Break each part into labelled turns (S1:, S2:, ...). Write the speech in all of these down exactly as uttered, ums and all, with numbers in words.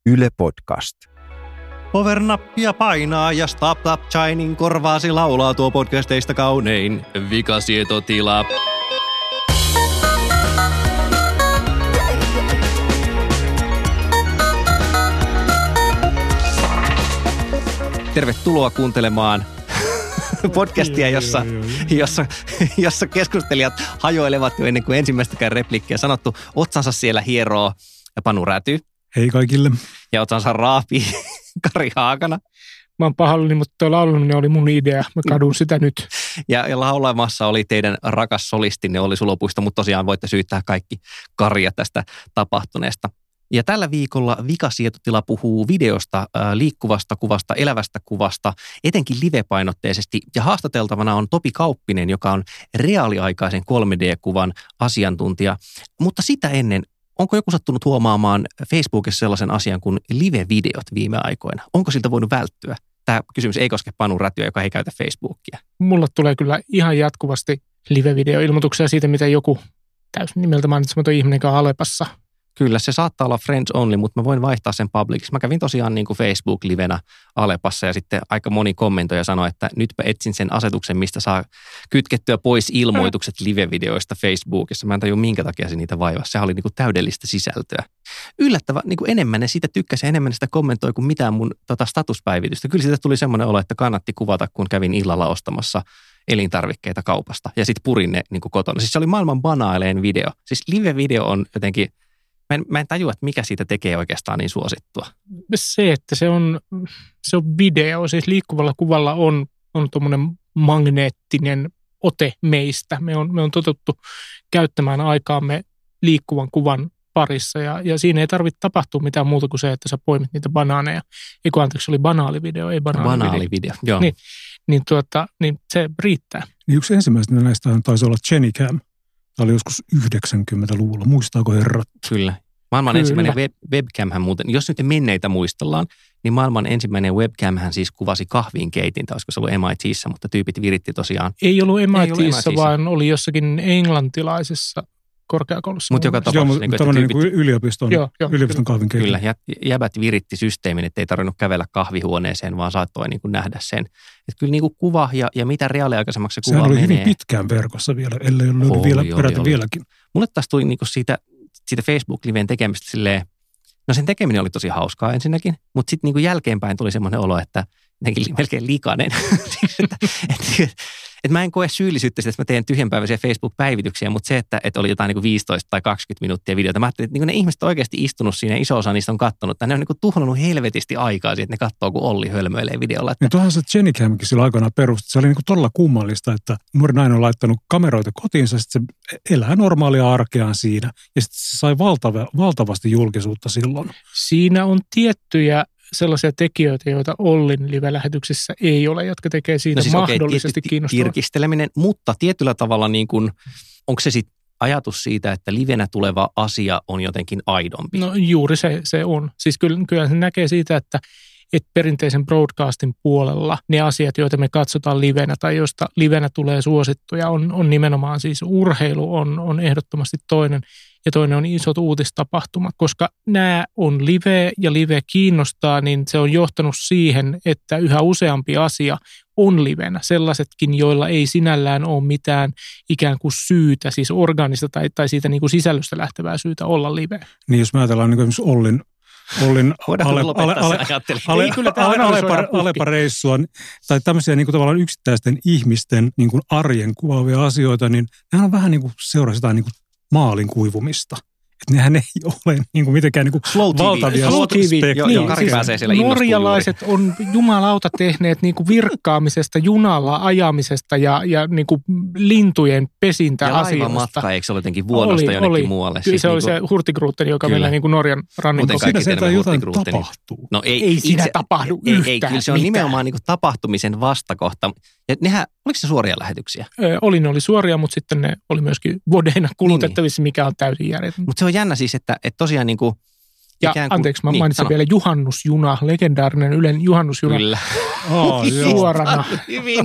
S1: Yle Podcast.
S2: Power-nappia painaa ja Stop Stop Shining korvaasi laulaa tuo podcasteista kaunein vikasietotila. Tervetuloa kuuntelemaan podcastia, jossa, jossa, jossa keskustelijat hajoilevat jo ennen kuin ensimmäistäkään replikkiä sanottu. Otsansa siellä hieroo Panu Räty.
S3: Hei kaikille.
S2: Ja otsansa raapii Kari Haakana.
S3: Mä oon pahoillani, mutta tuo laulaminen oli mun idea. Mä kadun sitä nyt.
S2: Ja, ja laulamassa oli teidän rakas solistinne Olli Sulopuisto, mutta tosiaan voitte syyttää kaikki Karia tästä tapahtuneesta. Ja tällä viikolla Vikasietotila puhuu videosta, liikkuvasta kuvasta, elävästä kuvasta, etenkin livepainotteisesti. Ja haastateltavana on Topi Kauppinen, joka on reaaliaikaisen kolme D-kuvan asiantuntija. Mutta sitä ennen, onko joku sattunut huomaamaan Facebookissa sellaisen asian kuin live-videot viime aikoina? Onko siltä voinut välttyä? Tämä kysymys ei koske Panu Rätyä, joka ei käytä Facebookia.
S3: Mulla tulee kyllä ihan jatkuvasti live-video-ilmoituksia siitä, miten joku täysin nimeltä mainitsematon ihminen, joka on Alepassa.
S2: Kyllä, se saattaa olla friends only, mutta mä voin vaihtaa sen publiciksi. Mä kävin tosiaan niin kuin Facebook-livenä Alepassa ja sitten aika moni kommentoi ja sanoi, että nytpä etsin sen asetuksen, mistä saa kytkettyä pois ilmoitukset live-videoista Facebookissa. Mä en tajua, minkä takia se niitä vaivaa. Sehän oli niin kuin täydellistä sisältöä. Yllättävän niin kuin enemmän ne siitä tykkäsi ja enemmän sitä kommentoi kuin mitään mun tota, statuspäivitystä. Kyllä siitä tuli semmoinen olo, että kannatti kuvata, kun kävin illalla ostamassa elintarvikkeita kaupasta ja sitten purin ne niin kuin kotona. Siis se oli maailman banaaleen video. Siis live-video on jotenkin... Mä en, mä en tajua, että mikä siitä tekee oikeastaan niin suosittua.
S3: Se, että se on, se on video, siis liikkuvalla kuvalla on, on tuommoinen magneettinen ote meistä. Me on, me on totuttu käyttämään aikaamme liikkuvan kuvan parissa ja, ja siinä ei tarvitse tapahtua mitään muuta kuin se, että sä poimit niitä banaaneja. Eikö anteeksi, se oli banaalivideo, ei banaalivideo.
S2: Banaalivideo, joo.
S3: Niin, niin, tuota, niin se riittää.
S4: Niin yksi ensimmäistä näistä taisi olla Genicam. Tämä oli joskus yhdeksänkymmentäluvulla. Muistaako herrat?
S2: Kyllä. Maailman
S3: Kyllä.
S2: ensimmäinen web, webcamhän muuten, jos nyt menneitä muistellaan, niin maailman ensimmäinen webcamhän siis kuvasi kahvin keitintä. Olisiko se ollut M I T:ssä, mutta tyypit viritti tosiaan.
S3: Ei ollut M I T:ssä,
S2: M I T:ssä,
S3: vaan oli jossakin englantilaisessa korkeakoulussa.
S2: Mutta joka
S4: Joo,
S2: tapauksessa.
S4: mutta tämmöinen niin kuin yliopiston,
S3: joo, joo,
S4: yliopiston kahvinkeitin.
S2: Kyllä, jä, jäbät viritti systeemin, ettei tarvinnut kävellä kahvihuoneeseen, vaan saattoi niin kuin nähdä sen. Että kyllä niin kuin kuva ja, ja mitä reaaliaikaisemmaksi se kuva
S4: menee.
S2: menee.
S4: Sehän oli hyvin pitkään verkossa vielä, ellei ole löydy vielä,
S2: oli,
S4: peräti
S2: oli.
S4: vieläkin.
S2: Mulle taas tuli niin kuin siitä, siitä Facebook-liveen tekemistä silleen, no sen tekeminen oli tosi hauskaa ensinnäkin, mutta sitten niin jälkeenpäin tuli semmoinen olo, että melkein likainen. että, että, että mä en koe syyllisyyttä sitä, että mä teen tyhjänpäiväisiä Facebook-päivityksiä, mutta se, että, että oli jotain niin kuin viisitoista tai kaksikymmentä minuuttia videota. Mä ajattelin, että niin ne ihmiset on oikeasti istunut siinä ja iso osa niistä on kattonut. Tai ne on niin kuin tuhlannut helvetisti aikaa siihen, että ne katsoo, kun Olli hölmöilee videolla. Että...
S4: Ja tuohan se Genicamkin sillä aikanaan perusti. Se oli niin kuin todella kummallista, että nuori nainen on laittanut kameroita kotiinsa, sitten se elää normaalia arkeaan siinä. Ja sitten se sai valtava, valtavasti julkisuutta silloin.
S3: Siinä on tiettyjä sellaisia tekijöitä, joita Ollin live-lähetyksissä ei ole, jotka tekee siitä
S2: no siis
S3: mahdollisesti
S2: okay,
S3: kiinnostavaa.
S2: Tirkisteleminen, mutta tietyllä tavalla niin kuin, onko se sitten ajatus siitä, että livenä tuleva asia on jotenkin aidompi?
S3: No juuri se, se on. Siis kyllä, kyllä se näkee siitä, että, että perinteisen broadcastin puolella ne asiat, joita me katsotaan livenä tai joista livenä tulee suosittuja, on, on nimenomaan siis urheilu on, on ehdottomasti toinen. Ja toinen on isot uutistapahtumat, koska nämä on live ja live kiinnostaa, niin se on johtanut siihen, että yhä useampi asia on livenä. Sellaisetkin, joilla ei sinällään ole mitään ikään kuin syytä, siis orgaanista tai, tai siitä niin kuin sisällöstä lähtevää syytä olla live.
S4: Niin jos mä ajatellaan niin esimerkiksi Ollin Ollin Alepa-reissua tai tämmöisiä niin kuin tavallaan yksittäisten ihmisten niin kuin arjen kuvaavia asioita, niin nehän on vähän niin kuin seuraa sitä niin kuin maalin kuivumista. Että nehän ei ole niin kuin mitenkään niin kuin
S2: slow
S4: valtavia
S2: slow T V.
S4: spektiä.
S2: Niin, Kari pääsee siellä
S3: norjalaiset on jumalauta tehneet niin kuin virkkaamisesta, junalla ajamisesta ja, ja niin kuin lintujen pesintäasioista.
S2: Ja laivamatka, eikö se ole jotenkin vuonosta
S3: oli,
S2: jonnekin
S3: oli.
S2: muualle?
S3: Kyllä
S2: siis
S3: se
S2: niin
S3: oli
S2: kuin...
S3: se Hurtigruten, joka meillä niin kuin Norjan rannikolla.
S4: Siinä sieltä jotain tapahtuu.
S2: No ei,
S3: ei siinä
S2: itse,
S3: tapahdu
S2: ei,
S3: yhtään
S2: ei, kyllä se on
S3: mitään.
S2: nimenomaan niin kuin tapahtumisen vastakohta. Ja nehän, oliko se suoria lähetyksiä?
S3: Ö, oli, ne oli suoria, mutta sitten ne oli myöskin vodeina kulutettavissa, mikä on täysin järjetöntä.
S2: Mutta se on jännä siis, että, että tosiaan niin kuin...
S3: Ja
S2: kuin,
S3: anteeksi, mä
S2: niin,
S3: mainitsin
S2: sano.
S3: vielä juhannusjuna, legendaarinen Ylen juhannusjuna.
S2: Kyllä.
S4: Oh,
S3: suorana.
S2: Hyvin.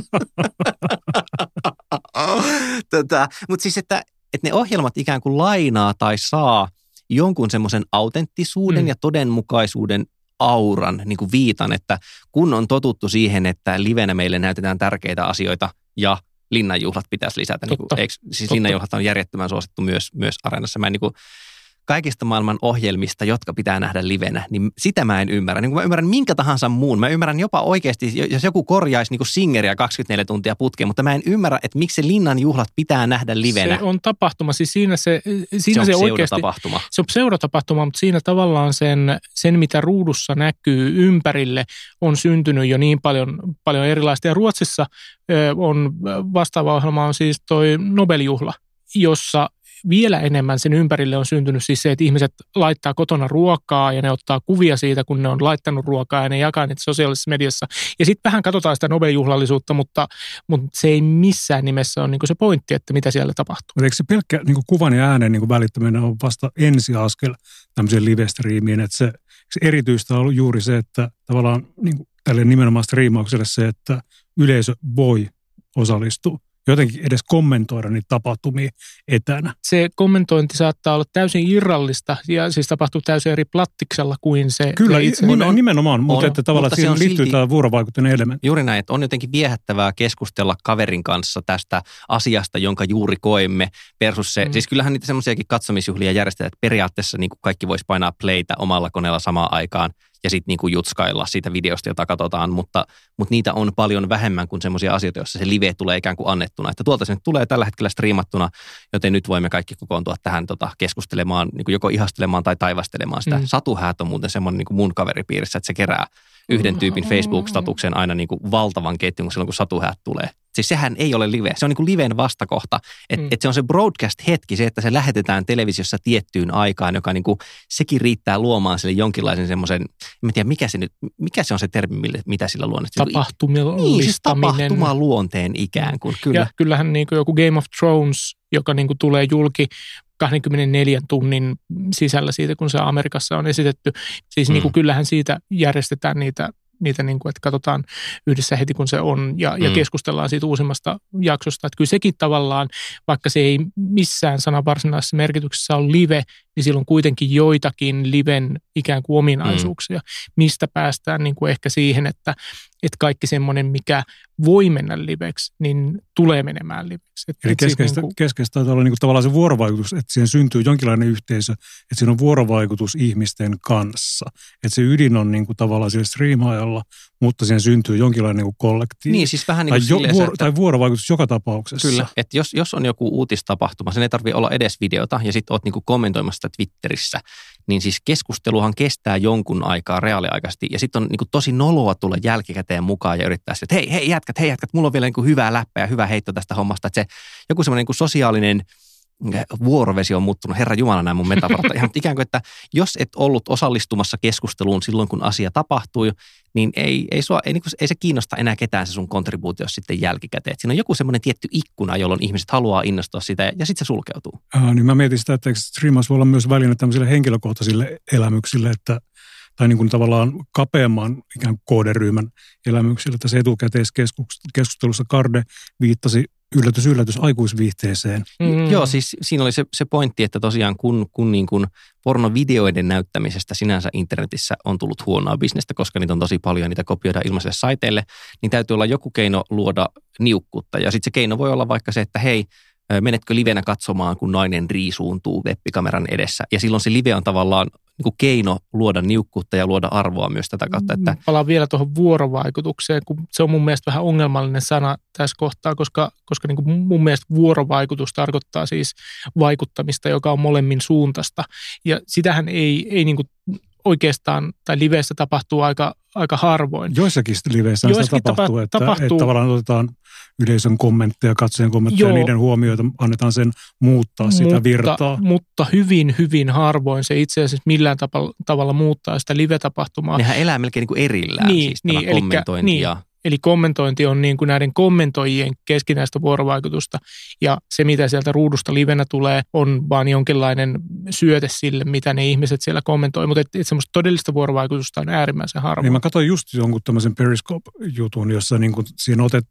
S2: tota, mutta siis, että, että ne ohjelmat ikään kuin lainaa tai saa jonkun semmoisen autenttisuuden mm. ja todenmukaisuuden auran, niin kuin viitan, että kun on totuttu siihen, että livenä meille näytetään tärkeitä asioita ja linnanjuhlat pitäisi lisätä. Niin kuin, eikö, siis Totta. Linnanjuhlat on järjettömän suosittu myös, myös Areenassa. Mä en niin kuin, kaikista maailman ohjelmista, jotka pitää nähdä livenä, niin sitä mä en ymmärrä. Niin kuin mä ymmärrän minkä tahansa muun. Mä ymmärrän jopa oikeasti, jos joku korjaisi niin kuin Singeria kaksikymmentäneljä tuntia putkeen, mutta mä en ymmärrä, että miksi se linnanjuhlat pitää nähdä livenä.
S3: Se on tapahtuma. Siis siinä se, siinä
S2: se on
S3: se oikeasti,
S2: seuratapahtuma.
S3: Se on seuratapahtuma, mutta siinä tavallaan sen, sen, mitä ruudussa näkyy ympärille, on syntynyt jo niin paljon, paljon erilaista. Ja Ruotsissa on vastaava ohjelma on siis toi Nobel-juhla, jossa vielä enemmän sen ympärille on syntynyt siis se, että ihmiset laittaa kotona ruokaa ja ne ottaa kuvia siitä, kun ne on laittanut ruokaa ja ne jakaa niitä sosiaalisessa mediassa. Ja sitten vähän katsotaan sitä Nobel-juhlallisuutta, mutta, mutta se ei missään nimessä ole niin kuin se pointti, että mitä siellä tapahtuu.
S4: Mutta eikö se pelkkä niin kuin kuvan ja äänen niin kuin välittäminen on vasta ensiaskel tämmöiseen live-striimiin, että se, se erityistä on ollut juuri se, että tavallaan niin kuin tälle nimenomaan striimaukselle se, että yleisö voi osallistua. Jotenkin edes kommentoida niitä tapahtumia etänä.
S3: Se kommentointi saattaa olla täysin irrallista ja siis tapahtuu täysin eri plattiksella kuin se.
S4: Kyllä,
S3: se itse
S4: nimen,
S3: on,
S4: nimenomaan,
S3: on,
S4: mutta että tavallaan
S2: mutta
S4: siihen liittyy
S2: silti,
S4: tämä vuorovaikutteinen elementti.
S2: Juuri näin, että on jotenkin viehättävää keskustella kaverin kanssa tästä asiasta, jonka juuri koemme versus se. Mm. Siis kyllähän niitä semmoisiakin katsomisjuhlia järjestetään, että periaatteessa niin kuin kaikki voisi painaa playtä omalla koneella samaan aikaan ja sitten niin kuin jutskailla siitä videosta, jota katsotaan, mutta, mutta niitä on paljon vähemmän kuin semmoisia asioita, joissa se live tulee ikään kuin annettuna. Että tuolta se nyt tulee tällä hetkellä striimattuna, joten nyt voimme kaikki kokoontua tähän tota, keskustelemaan, niin kuin joko ihastelemaan tai taivastelemaan sitä. Mm. Satuhäät on muuten semmoinen niin kuin mun kaveripiirissä, että se kerää yhden tyypin Facebook-statuksen aina niin kuin valtavan ketjun silloin, kun satuhäät tulee. Siis sehän ei ole live. Se on niin kuin liven vastakohta. Että mm. et se on se broadcast-hetki, se, että se lähetetään televisiossa tiettyyn aikaan, joka niin kuin, sekin riittää luomaan sille jonkinlaisen semmoisen, en tiedä mikä se nyt, mikä se on se termi, mitä sillä luonnollisesti.
S3: Tapahtumistaminen.
S2: Niin, siis tapahtumaluonteen ikään kuin, kyllä.
S3: Ja kyllähän niin kuin joku Game of Thrones, joka niin kuin tulee julki kaksikymmentäneljä tunnin sisällä siitä, kun se Amerikassa on esitetty. Siis mm. niin kuin kyllähän siitä järjestetään niitä, niitä niin kuin, että katsotaan yhdessä heti, kun se on, ja, mm. ja keskustellaan siitä uusimmasta jaksosta. Että kyllä sekin tavallaan, vaikka se ei missään sanan varsinaisessa merkityksessä ole live, niin silloin on kuitenkin joitakin liven ikään kuin ominaisuuksia, mm. mistä päästään niin kuin ehkä siihen, että, että kaikki semmoinen, mikä voi mennä liveksi, niin tulee menemään liveksi. Että
S4: Eli keskeistä, niin kuin, keskeistä taitaa olla niin kuin tavallaan se vuorovaikutus, että siihen syntyy jonkinlainen yhteisö, että siinä on vuorovaikutus ihmisten kanssa. Että se ydin on niin kuin tavallaan sillä striimaajalla, mutta siihen syntyy jonkinlainen niin kuin kollektiivi.
S2: Niin, siis vähän niin kuin
S4: tai,
S2: silleen,
S4: vuoro,
S2: että,
S4: tai vuorovaikutus joka tapauksessa.
S2: Kyllä, että jos, jos on joku uutistapahtuma, sen ei tarvitse olla edes videota, ja sitten oot niin kuin kommentoimassa Twitterissä, niin siis keskusteluhan kestää jonkun aikaa reaaliaikaisesti, ja sitten on niin kuin tosi noloa tulla jälkikäteen mukaan ja yrittää että hei, hei jätkät, hei jätkät, mulla on vielä niin kuin hyvää läppää ja hyvä heitto tästä hommasta, että se joku semmoinen niin kuin sosiaalinen vuorovesi on muuttunut, herra Jumala näin mun metaforata, ihan ikään kuin, että jos et ollut osallistumassa keskusteluun silloin, kun asia tapahtui, niin ei, ei, sua, ei, niin kuin, ei se kiinnosta enää ketään se sun kontribuutio sitten jälkikäteen. Et siinä on joku semmoinen tietty ikkuna, jolloin ihmiset haluaa innostua sitä ja, ja sitten se sulkeutuu. Aa,
S4: niin mä mietin sitä, että striimaus voi olla myös väline tämmöisille henkilökohtaisille elämyksille, että tai niin kuin tavallaan kapeamman ikään kuin kohderyhmän elämyksille. Tässä etukäteiskeskustelussa Karde viittasi yllätys, yllätys aikuisviihteeseen.
S2: Mm. Joo, siis siinä oli se, se pointti, että tosiaan kun, kun niin kuin pornovideoiden näyttämisestä sinänsä internetissä on tullut huonoa bisnestä, koska niitä on tosi paljon, niitä kopioidaan ilmaisille saiteille, niin täytyy olla joku keino luoda niukkuutta. Ja sitten se keino voi olla vaikka se, että hei, menetkö livenä katsomaan, kun nainen riisuuntuu web-kameran edessä. Ja silloin se live on tavallaan niin kuin keino luoda niukkuutta ja luoda arvoa myös tätä kautta. Että
S3: palaan vielä tuohon vuorovaikutukseen, kun se on mun mielestä vähän ongelmallinen sana tässä kohtaa, koska, koska niin kuin mun mielestä vuorovaikutus tarkoittaa siis vaikuttamista, joka on molemmin suuntaista. Ja sitähän ei, ei niin kuin oikeastaan, tai liveissä tapahtuu aika, aika harvoin.
S4: Joissakin liveissä sitä tapahtuu, että, tapahtuu, että tavallaan otetaan yleisön kommentteja, katsojen kommentteja, ja niiden huomioita annetaan sen muuttaa sitä
S3: mutta,
S4: virtaa.
S3: Mutta hyvin, hyvin harvoin se itse asiassa millään tavalla, tavalla muuttaa sitä live-tapahtumaa.
S2: Nehän elää melkein niin kuin erillään, niin, siis niin, tämä
S3: eli,
S2: kommentointi
S3: niin,
S2: ja
S3: Eli kommentointi on niin kuin näiden kommentoijien keskinäistä vuorovaikutusta, ja se, mitä sieltä ruudusta livenä tulee, on vaan jonkinlainen syöte sille, mitä ne ihmiset siellä kommentoi, mutta et, et semmoista todellista vuorovaikutusta on äärimmäisen harvoin.
S4: Niin mä katsoin just jonkun tämmöisen Periscope-jutun, jossa niin kuin siinä otettiin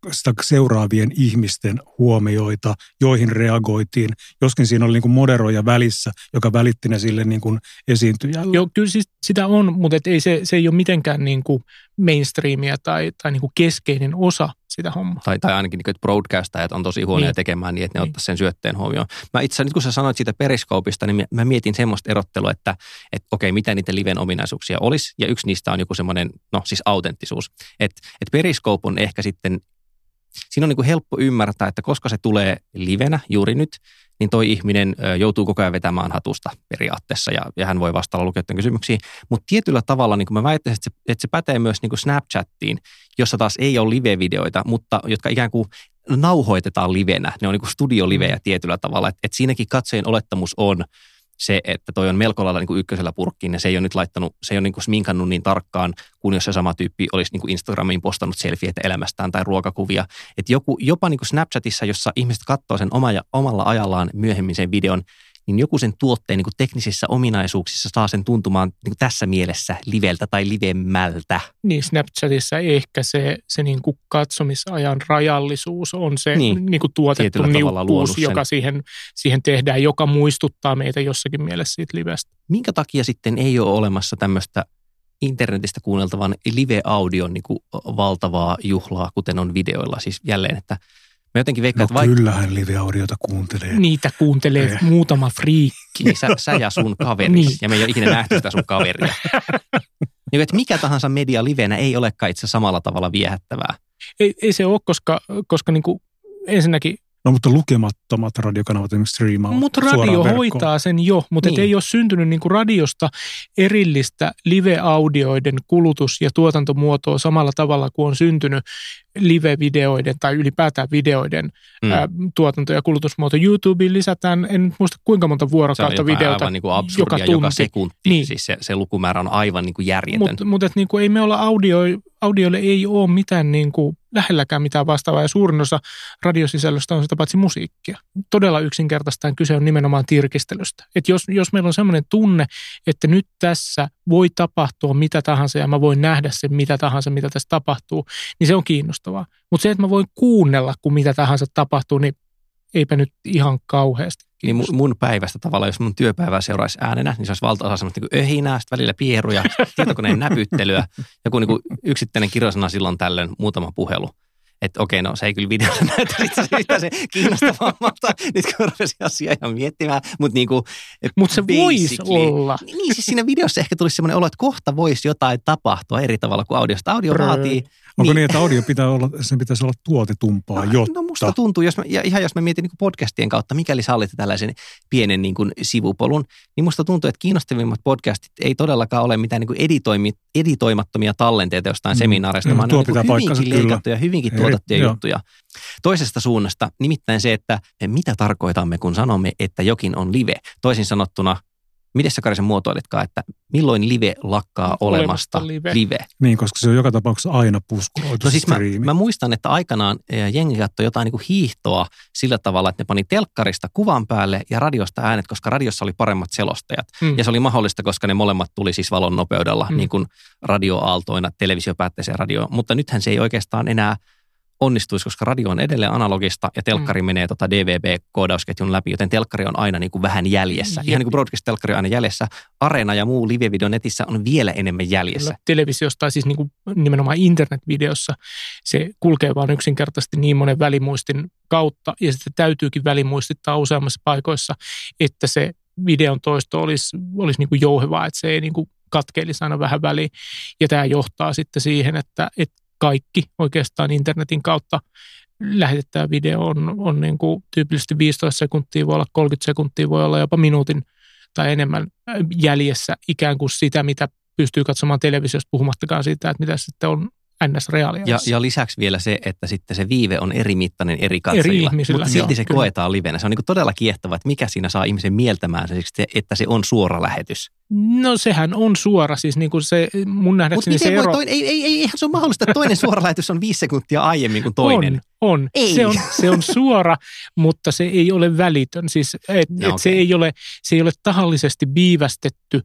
S4: sitä seuraavien ihmisten huomioita, joihin reagoitiin, joskin siinä oli niin kuin moderoija välissä, joka välitti ne sille niin kuin esiintyjälle.
S3: Joo, kyllä siis sitä on, mutta et ei se, se ei ole mitenkään niin kuin mainstreamia tai, tai niin kuin keskeinen osa sitä hommaa.
S2: Tai, tai ainakin, että broadcastajat on tosi huonoja niin tekemään niin, että ne niin ottaisivat sen syötteen huomioon. Mä itse asiassa, nyt kun sä sanoit siitä Periscopeista, niin mä mietin semmoista erottelua, että, että okei, mitä niiden liven ominaisuuksia olisi, ja yksi niistä on joku semmoinen, no siis autenttisuus. Että et Periscope on ehkä sitten, siinä on niin kuin helppo ymmärtää, että koska se tulee livenä juuri nyt, niin toi ihminen joutuu koko ajan vetämään hatusta periaatteessa ja, ja hän voi vastailla lukijoiden kysymyksiin. Mutta tietyllä tavalla niin mä väittäisin, että se, että se pätee myös niin kuin Snapchattiin, jossa taas ei ole live-videoita, mutta jotka ikään kuin nauhoitetaan livenä. Ne on niin kuin studiolivejä tietyllä tavalla. Että et siinäkin katsojien olettamus on se, että toi on melko lailla niin kuin ykkösellä purkkiin ja se ei ole nyt laittanut, se ei ole niin kuin sminkannut niin tarkkaan, kuin jos se sama tyyppi olisi niin kuin Instagramiin postannut selfieitä elämästään tai ruokakuvia. Että joku, jopa niin kuin Snapchatissa, jossa ihmiset katsoo sen oma ja, omalla ajallaan myöhemmin sen videon, niin joku sen tuotteen niin kuin teknisissä ominaisuuksissa saa sen tuntumaan niin kuin tässä mielessä liveltä tai livemmältä.
S3: Niin, Snapchatissa ehkä se, se niin kuin katsomisajan rajallisuus on se niin, niin kuin tuotettu niukkuus, joka siihen, siihen tehdään, joka muistuttaa meitä jossakin mielessä siitä livestä.
S2: Minkä takia sitten ei ole olemassa tämmöistä internetistä kuunneltavan live-audion niin kuin valtavaa juhlaa, kuten on videoilla? Siis jälleen, että mä jotenkin veikkaan,
S4: no
S2: että
S4: kyllähän live-audiota kuuntelee.
S3: Niitä kuuntelee eh. muutama friikki.
S2: Niin sä, sä ja sun kaveri. Niin. Ja me ei ole ikinä nähty sitä sun kaveria. Niin, että mikä tahansa media livenä ei olekaan itse samalla tavalla viehättävää.
S3: Ei, ei se ole, koska, koska niin kuin ensinnäkin
S4: no mutta lukemattomat radiokanavat esimerkiksi striimaavat
S3: mutta radio hoitaa sen jo, mutta niin. ei ole syntynyt niin kuin radiosta erillistä live-audioiden kulutus- ja tuotantomuotoa samalla tavalla kuin on syntynyt live-videoiden tai ylipäätään videoiden mm. ää, tuotanto- ja kulutusmuoto. YouTubeen lisätään, en nyt muista kuinka monta vuorokautta videota
S2: aivan niin kuin absurdia joka, joka sekunti. Niin. Siis se, se lukumäärä on aivan niin kuin järjetön.
S3: Mutta mut, niin ei me olla audio, audioille ei ole mitään niin kuin lähelläkään mitään vastaavaa ja suurin osa radiosisällöstä on sitä paitsi musiikkia. Todella yksinkertaistaan kyse on nimenomaan tirkistelystä. Et jos, jos meillä on sellainen tunne, että nyt tässä voi tapahtua mitä tahansa ja mä voin nähdä sen mitä tahansa, mitä tässä tapahtuu, niin se on kiinnostavaa. Mutta se, että mä voin kuunnella, kun mitä tahansa tapahtuu, niin eipä nyt ihan kauheasti.
S2: Niin mun päivästä tavallaan, jos mun työpäivää seuraisi äänenä, niin se olisi valtaosa semmoista niin öhinää, sitten välillä pieruja, tietokoneen näpyttelyä, joku niin kuin yksittäinen kirjasana silloin tällöin, muutama puhelu. Että okei, no se ei kyllä videolla näytä itse se kiinnostavammalta, nyt kun rupesin asiaa ihan miettimään, mutta niin kuin
S3: Mutta se voisi olla.
S2: Niin, siis siinä videossa ehkä tulisi semmoinen olo, että kohta voisi jotain tapahtua eri tavalla kuin audiosta. Audio Brr. vaatii.
S4: Onko niin, niin, että audio pitää olla, sen pitäisi olla tuotetumpaa,
S2: no,
S4: jotta?
S2: No musta tuntuu, jos mä, ja ihan jos mä mietin niin kuin podcastien kautta, mikäli sallitte tällaisen pienen niin kuin sivupolun, niin musta tuntuu, että kiinnostavimmat podcastit ei todellakaan ole mitään niin kuin editoimi, editoimattomia tallenteita jostain mm. seminaareista, mm, vaan ne on niin hyvinkin leikattuja, hyvinkin tuotettuja Eri, juttuja. Toisesta suunnasta nimittäin se, että mitä tarkoitamme, kun sanomme, että jokin on live. Toisin sanottuna, miten sä Kari sen muotoiletkaan, että milloin live lakkaa olemasta live? live?
S4: Niin, koska se on joka tapauksessa aina puskuroitu
S2: no siis mä, mä muistan, että aikanaan jengi katsoi jotain niin kuin hiihtoa sillä tavalla, että ne pani telkkarista kuvan päälle ja radiosta äänet, koska radiossa oli paremmat selostajat. Hmm. Ja se oli mahdollista, koska ne molemmat tuli siis valon nopeudella hmm. niin kuin radioaaltoina televisiopäätteiseen radioon. Mutta nythän se ei oikeastaan enää onnistuisi, koska radio on edelleen analogista ja telkkari mm. menee tota D V B-koodausketjun läpi, joten telkkari on aina niin kuin vähän jäljessä. Jep. Ihan niin kuin broadcast-telkkari on aina jäljessä. Areena ja muu live-video netissä on vielä enemmän jäljessä. Televisiosta
S3: tai siis niin kuin nimenomaan internetvideossa se kulkee vaan yksinkertaisesti niin monen välimuistin kautta ja sitten täytyykin välimuistittaa useammassa paikoissa, että se videon toisto olisi, olisi niin kuin jouhevaa, että se ei niin kuin katkeilisi aina vähän väliin. Ja tämä johtaa sitten siihen, että, että kaikki oikeastaan internetin kautta lähetettävä video on, on niin kuin tyypillisesti viisitoista sekuntia, voi olla kolmekymmentä sekuntia, voi olla jopa minuutin tai enemmän jäljessä ikään kuin sitä, mitä pystyy katsomaan televisiosta, puhumattakaan siitä, että mitä sitten on ns. Reaaliajassa.
S2: Ja, ja lisäksi vielä se, että sitten se viive on eri mittainen eri katsojilla, eri mutta silti joo, se kyllä. koetaan livenä. Se on niin kuin todella kiehtova, että mikä siinä saa ihmisen mieltämään se, että se on suora lähetys.
S3: No sehän on suora, siis niin kuin se mun nähdäkseni se ero...
S2: Toinen, ei, ei, ei, eihän se ole mahdollista, että toinen suora lähetys on viisi sekuntia aiemmin kuin toinen.
S3: On, on.
S2: Ei.
S3: Se on, se on suora, mutta se ei ole välitön. Siis et, no, et okay. se, ei ole, se ei ole tahallisesti viivästetty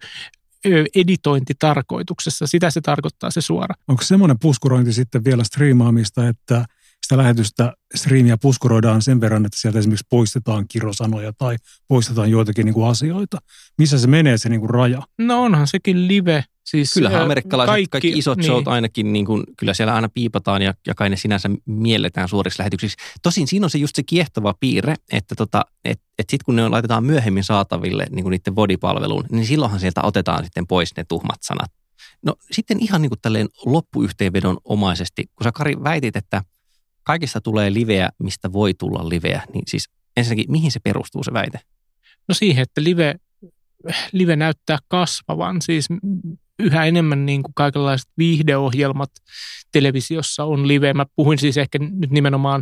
S3: editointitarkoituksessa. Sitä se tarkoittaa se suora.
S4: Onko semmoinen puskurointi sitten vielä striimaamista, että sitä lähetystä striimiä puskuroidaan sen verran, että sieltä esimerkiksi poistetaan kirosanoja tai poistetaan joitakin niin kuin asioita. Missä se menee se niin kuin raja?
S3: No onhan sekin live. Siis
S2: kyllähän amerikkalaiset kaikki, kaikki isot
S3: niin.
S2: showt ainakin, niin kuin, kyllä siellä aina piipataan ja, ja kai ne sinänsä mielletään suoriksi lähetyksiksi. Tosin siinä on se just se kiehtova piirre, että tota, et, et sitten kun ne laitetaan myöhemmin saataville niin kuin niiden bodipalveluun, niin silloinhan sieltä otetaan sitten pois ne tuhmat sanat. No sitten ihan niin kuin tälleen loppuyhteenvedon omaisesti, kun sä Kari väitit, että kaikista tulee liveä, mistä voi tulla liveä, niin siis ensinnäkin mihin se perustuu se väite?
S3: No siihen, että live, live näyttää kasvavan, siis yhä enemmän niin kuin kaikenlaiset viihdeohjelmat televisiossa on live. Mä puhuin siis ehkä nyt nimenomaan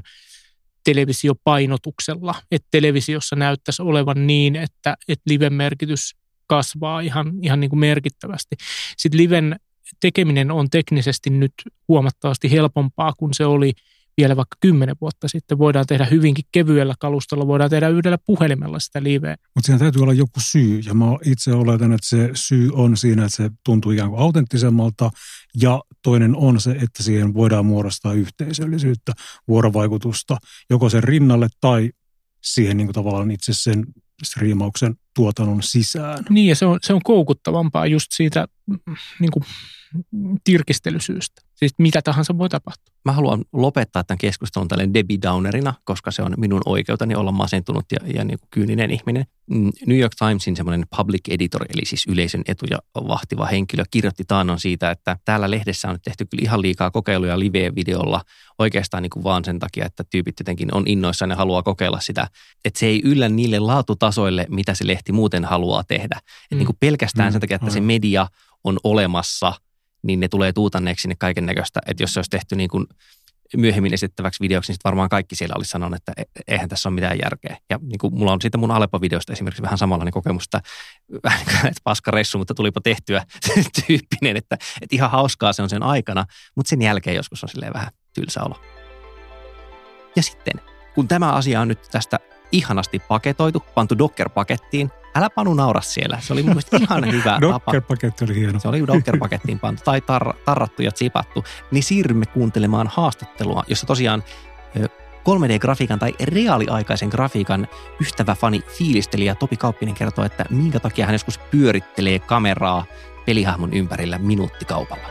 S3: televisiopainotuksella, että televisiossa näyttäisi olevan niin, että, että liven merkitys kasvaa ihan, ihan niin kuin merkittävästi. Sitten liven tekeminen on teknisesti nyt huomattavasti helpompaa kuin se oli vielä vaikka kymmenen vuotta sitten. Voidaan tehdä hyvinkin kevyellä kalustolla, voidaan tehdä yhdellä puhelimella sitä liveä.
S4: Mutta siinä täytyy olla joku syy, ja mä itse oletan, että se syy on siinä, että se tuntuu ikään kuin autenttisemmalta, ja toinen on se, että siihen voidaan muodostaa yhteisöllisyyttä, vuorovaikutusta, joko sen rinnalle tai siihen niin kuin tavallaan itse sen striimauksen tuotannon sisään.
S3: Niin, ja se on, se on koukuttavampaa just siitä niin kuin tirkistelysyystä. Siis mitä tahansa voi tapahtua.
S2: Mä haluan lopettaa tämän keskustelun tälleen Debbie Downerina, koska se on minun oikeuteni olla masentunut ja, ja niin kuin kyyninen ihminen. New York Timesin semmoinen public editor, eli siis yleisön etuja vahtiva henkilö, kirjoitti taannon siitä, että täällä lehdessä on nyt tehty kyllä ihan liikaa kokeiluja live-videolla oikeastaan niin kuin vaan sen takia, että tyypit jotenkin on innoissaan ja haluaa kokeilla sitä, että se ei yllä niille laatutasoille, mitä se lehti muuten haluaa tehdä. Mm. Että niin kuin pelkästään mm. sen takia, että se media on olemassa, niin ne tulee tuutanneeksi sinne kaiken näköistä. Että jos se olisi tehty niin kuin myöhemmin esitettäväksi videoksi, niin sitten varmaan kaikki siellä olisi sanonut, että eihän tässä ole mitään järkeä. Ja niin kuin mulla on siitä mun Aleppo-videosta esimerkiksi vähän samanlainen kokemus, että vähän niin kuin, että paskareissu, mutta tulipa tehtyä tyyppinen, että, että ihan hauskaa se on sen aikana, mutta sen jälkeen joskus on silleen vähän tylsä olo. Ja sitten, kun tämä asia on nyt tästä ihanasti paketoitu, pantu Docker-pakettiin, älä Panu naura siellä. Se oli mun mielestä ihan hyvä tapa.
S4: Docker-paketti oli hieno.
S2: Se oli Docker-pakettiin pantu tai tar- tarrattu ja zipattu. Niin siirrymme kuuntelemaan haastattelua, jossa tosiaan kolme D-grafiikan tai reaaliaikaisen grafiikan ystävä fani fiilistelijä Topi Kauppinen kertoo, että minkä takia hän joskus pyörittelee kameraa pelihahmon ympärillä minuuttikaupalla.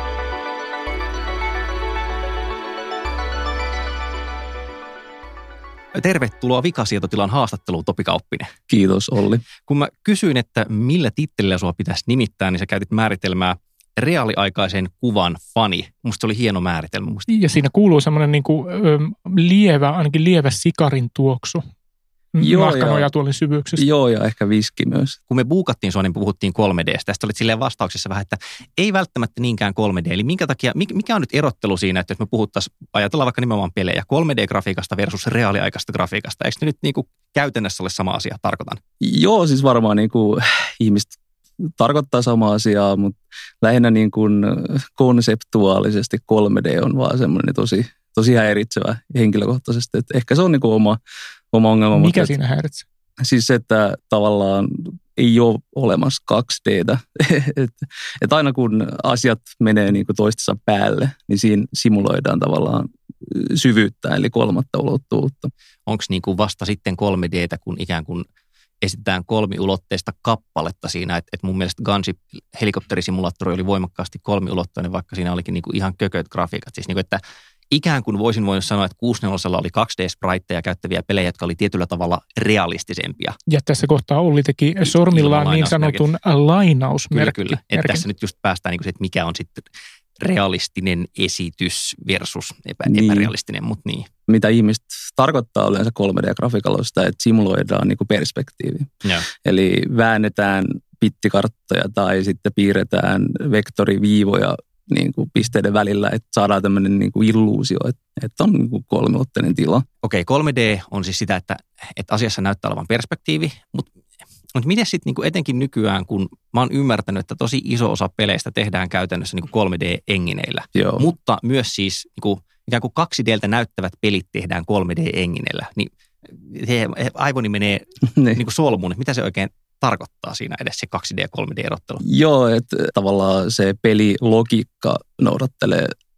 S2: Tervetuloa Vikasietotilan haastatteluun, Topi Kauppinen.
S1: Kiitos, Olli.
S2: Kun mä kysyin, että millä tittelillä sua pitäisi nimittää, niin sä käytit määritelmää reaaliaikaisen kuvan fani. Musta se oli hieno määritelmä. Musta.
S3: Ja siinä kuuluu semmoinen niin kuin, ö, lievä, ainakin lievä sikarin tuoksu. Nahkanojatuolin syvyyksistä.
S1: Joo, ja ehkä viski myös.
S2: Kun me buukattiin sua, niin puhuttiin kolme D:stä. Tästä olit silleen vastauksessa vähän, että ei välttämättä niinkään kolme D. Eli minkä takia, mikä on nyt erottelu siinä, että jos me puhuttaisiin, ajatellaan vaikka nimenomaan pelejä, kolme D-grafiikasta versus reaaliaikaista grafiikasta. Eikö ne nyt niin kuin käytännössä ole sama asia, tarkoitan?
S1: Joo, siis varmaan niin kuin ihmiset tarkoittaa samaa asiaa, mutta lähinnä niin kuin konseptuaalisesti kolme D on vaan semmoinen tosi, tosi häiritsevä henkilökohtaisesti. Että ehkä se on niin kuin oma Oma ongelma.
S3: Mikä
S1: mutta,
S3: siinä häiritsee?
S1: Siis se, että tavallaan ei ole olemassa kaksi D:tä. että et aina kun asiat menee niin kuin toistensa päälle, niin siinä simuloidaan tavallaan syvyyttä, eli kolmatta ulottuvuutta.
S2: Onko niin kuin vasta sitten kolme D:tä, kun ikään kuin esitetään kolmiulotteista kappaletta siinä, että et mun mielestä Gunship helikopterisimulaattori oli voimakkaasti kolmiulotteinen, vaikka siinä olikin niin kuin ihan kököt grafiikat. Siis niin kuin, että ikään kuin voisin voinut sanoa, että kuusikymmentä oli kaksi D-spriteja käyttäviä pelejä, jotka oli tietyllä tavalla realistisempia.
S3: Ja tässä kohtaa Olli teki sormillaan niin sanotun lainausmerkin.
S2: Kyllä, kyllä. Että tässä nyt just päästään niin kuin se, että mikä on sitten realistinen esitys versus epä, niin. epärealistinen, mutta niin.
S1: Mitä ihmiset tarkoittaa yleensä kolme D-grafiikalla on sitä, että simuloidaan niin kuin perspektiivi. Ja. Eli väännetään pittikarttoja tai sitten piirretään vektoriviivoja niin kuin pisteiden välillä, että saadaan tämmöinen niin kuin illuusio, että, että on niin kuin kolmiulotteinen tila.
S2: Okei, kolme D on siis sitä, että, että asiassa näyttää olevan perspektiiivi, mutta, mutta miten sitten niin kuin etenkin nykyään, kun mä oon ymmärtänyt, että tosi iso osa peleistä tehdään käytännössä niin kuin kolme D-engineillä,
S1: Joo.
S2: mutta myös siis niin kuin, ikään kuin kaksi D:ltä näyttävät pelit tehdään kolme D-engineillä, niin he, aivoni menee niin kuin solmuun, että mitä se oikein tarkoittaa siinä edessä se kaksi D- kolme D-erottelu?
S1: Joo, että tavallaan se pelilogiikka noudattelee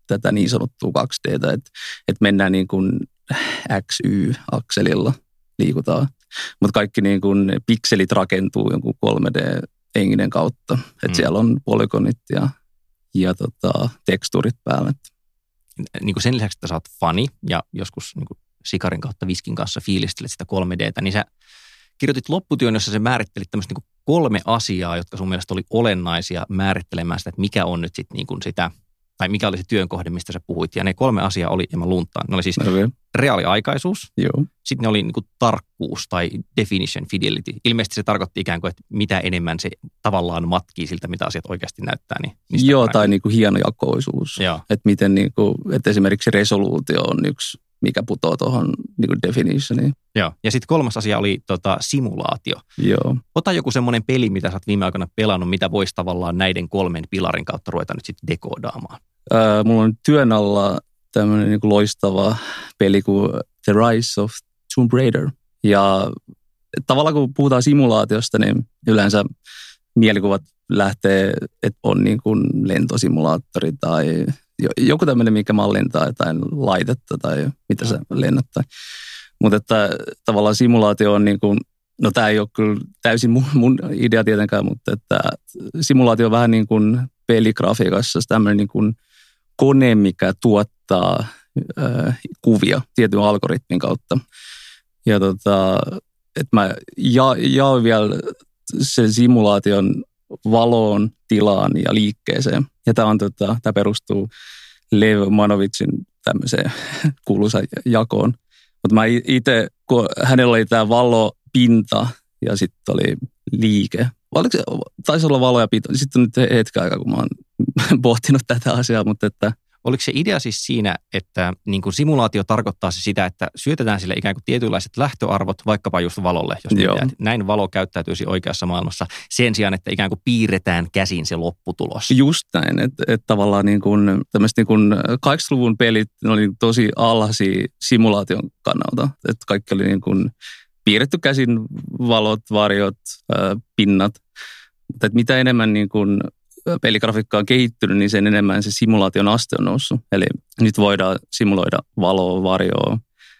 S1: tätä niin sanottua kaksi D:tä, että, että mennään niin kuin X Y-akselilla liikutaan. Mutta kaikki niin kuin pikselit rakentuu jonkun kolme D-enginen kautta. Että mm. siellä on polygonit ja, ja tota, tekstuurit päällä.
S2: Niin kuin sen lisäksi, että sä oot fani ja joskus niin kuin sikarin kautta viskin kanssa fiilistelet sitä kolme D:tä, niin sä kirjoitit lopputyön, jossa sä määrittelit tämmöistä niin kuin kolme asiaa, jotka sun mielestä oli olennaisia määrittelemään sitä, että mikä on nyt sitten niin kuin sitä, tai mikä oli se työn kohde, mistä sä puhuit. Ja ne kolme asiaa oli, ja mä luntaan, ne oli siis okay. reaaliaikaisuus,
S1: Joo.
S2: sitten ne oli niin kuin tarkkuus tai definition fidelity. Ilmeisesti se tarkoitti ikään kuin, että mitä enemmän se tavallaan matkii siltä, mitä asiat oikeasti näyttää. Niin
S1: Joo, tai niin kuin hienojakoisuus.
S2: Joo.
S1: Että miten niin kuin, että esimerkiksi resoluutio on yksi, mikä putoaa tuohon niin kuin definitioniin.
S2: Joo, ja sitten kolmas asia oli tota, simulaatio.
S1: Joo.
S2: Ota joku semmoinen peli, mitä sä oot viime aikoina pelannut, mitä voisi tavallaan näiden kolmen pilarin kautta ruveta nyt sitten dekoodaamaan.
S1: Äh, mulla on työn alla tämmöinen niin kuin loistava peli kuin The Rise of Tomb Raider. Ja tavallaan kun puhutaan simulaatiosta, niin yleensä mielikuvat lähtee, että on niin kuin lentosimulaattori tai joku tämmöinen, mikä mallintaa jotain laitetta tai mitä se lennättää. Mutta että tavallaan simulaatio on niin kuin, no tämä ei ole kyllä täysin mun, mun idea tietenkään, mutta että simulaatio on vähän niin kuin peligrafiikassa tämmöinen niin kuin kone, mikä tuottaa äh, kuvia tietyn algoritmin kautta. Ja tota, että mä ja, jaoin vielä sen simulaation valoon, tilaan ja liikkeeseen. Ja tämä on tota, tämä perustuu Lev Manovicin tämmöiseen kuuluisaan jakoon. Mutta mä itse, kun hänellä oli tämä valo, pinta ja sitten oli liike. Oliko se, taisi olla valo ja pinta. Sitten on nyt hetken aikaa, kun mä oon pohtinut tätä asiaa, mutta että
S2: oliko se idea siis siinä, että niin kuin simulaatio tarkoittaa se sitä, että syötetään sille ikään kuin tietynlaiset lähtöarvot vaikkapa just valolle, jos mietitään, että näin valo käyttäytyisi oikeassa maailmassa sen sijaan, että ikään kuin piirretään käsin se lopputulos.
S1: Just näin, että, että tavallaan niin kuin, tämmöiset niin kuin kahdeksankymmentäluvun pelit ne oli tosi alhaisia simulaation kannalta, että kaikki oli niin kuin piirretty käsin valot, varjot, pinnat, mutta että mitä enemmän niin kuin peligrafiikka on kehittynyt, niin sen enemmän se simulaation aste on noussut. Eli nyt voidaan simuloida valoa, varjoa,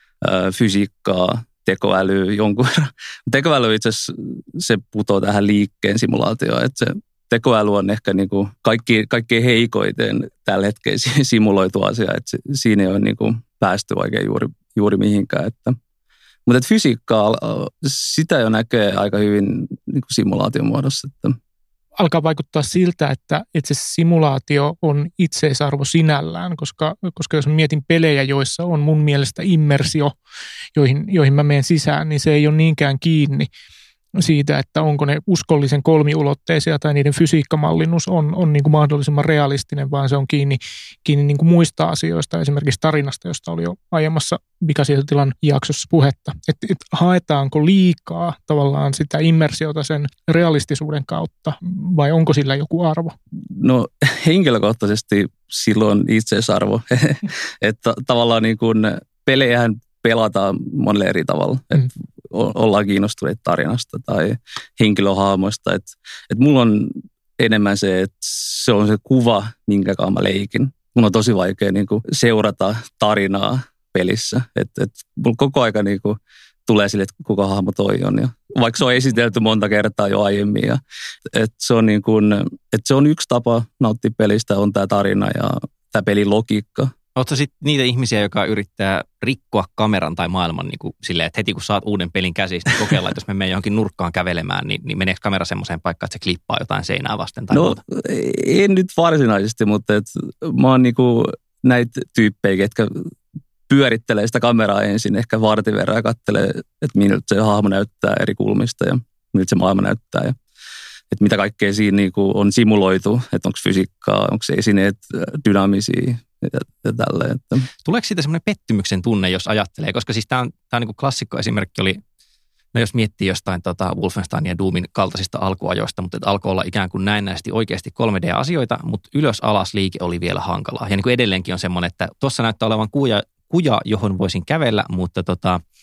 S1: fysiikkaa, tekoälyä jonkun verran. Tekoäly itse asiassa se putoo tähän liikkeen simulaatioon, että se tekoäly on ehkä niin kuin kaikki, kaikkein heikoiten tällä hetkellä simuloitu asia, että siinä ei ole niin kuin päästy oikein juuri, juuri mihinkään. Että. Mutta että fysiikkaa, sitä jo näkee aika hyvin niin kuin simulaation muodossa, että
S3: alkaa vaikuttaa siltä, että, että se simulaatio on itseisarvo sinällään, koska, koska jos mietin pelejä, joissa on mun mielestä immersio, joihin, joihin mä menen sisään, niin se ei ole niinkään kiinni siitä, että onko ne uskollisen kolmiulotteisia tai niiden fysiikkamallinnus on, on niin kuin mahdollisimman realistinen, vaan se on kiinni, kiinni niin kuin muista asioista, esimerkiksi tarinasta, josta oli jo aiemmassa Vikasietotilan jaksossa puhetta. Että et haetaanko liikaa tavallaan sitä immersiota sen realistisuuden kautta vai onko sillä joku arvo?
S1: No henkilökohtaisesti silloin itseisarvo, että tavallaan niin kuin pelejähän pelataan monelle eri tavalla, että mm. ollaan kiinnostuneet tarinasta tai henkilöhahmoista. Että, että mulla on enemmän se, että se on se kuva, minkä kanssa mä leikin. Mun on tosi vaikea niin kuin seurata tarinaa pelissä. Että, että mulla koko aika niin kuin tulee sille, että kuka hahmo toi on. Ja vaikka se on esitelty monta kertaa jo aiemmin. Ja, että, se on niin kuin, että se on yksi tapa nauttia pelistä, on tämä tarina ja tämä pelin logiikka.
S2: Oletko sitten niitä ihmisiä, joka yrittää rikkoa kameran tai maailman niin kuin silleen, että heti kun saat uuden pelin käsistä, niin kokeillaan, että jos me menee johonkin nurkkaan kävelemään, niin, niin meneekö kamera semmoiseen paikkaan, että se klippaa jotain seinää vasten tai
S1: no,
S2: muuta?
S1: En nyt varsinaisesti, mutta et, mä oon niinku näitä tyyppejä, ketkä pyörittelee sitä kameraa ensin ehkä vartin verran ja katselee, että miltä se hahmo näyttää eri kulmista ja miltä se maailma näyttää. Ja, että mitä kaikkea siinä niinku on simuloitu, että onko fysiikkaa, onko se esineet dynaamisia. Ja, ja tälleen, että.
S2: Tuleeko siitä semmoinen pettymyksen tunne, jos ajattelee? Koska siis tämä on, tämä on niin kuin klassikko esimerkki oli, no jos miettii jostain tota Wolfenstein ja Doomin kaltaisista alkuajoista, mutta että alkoi olla ikään kuin näennäisesti oikeasti kolme D-asioita, mutta ylös-alas liike oli vielä hankalaa. Ja niin kuin edelleenkin on semmoinen, että tuossa näyttää olevan kuja, kuja, johon voisin kävellä, mutta tota,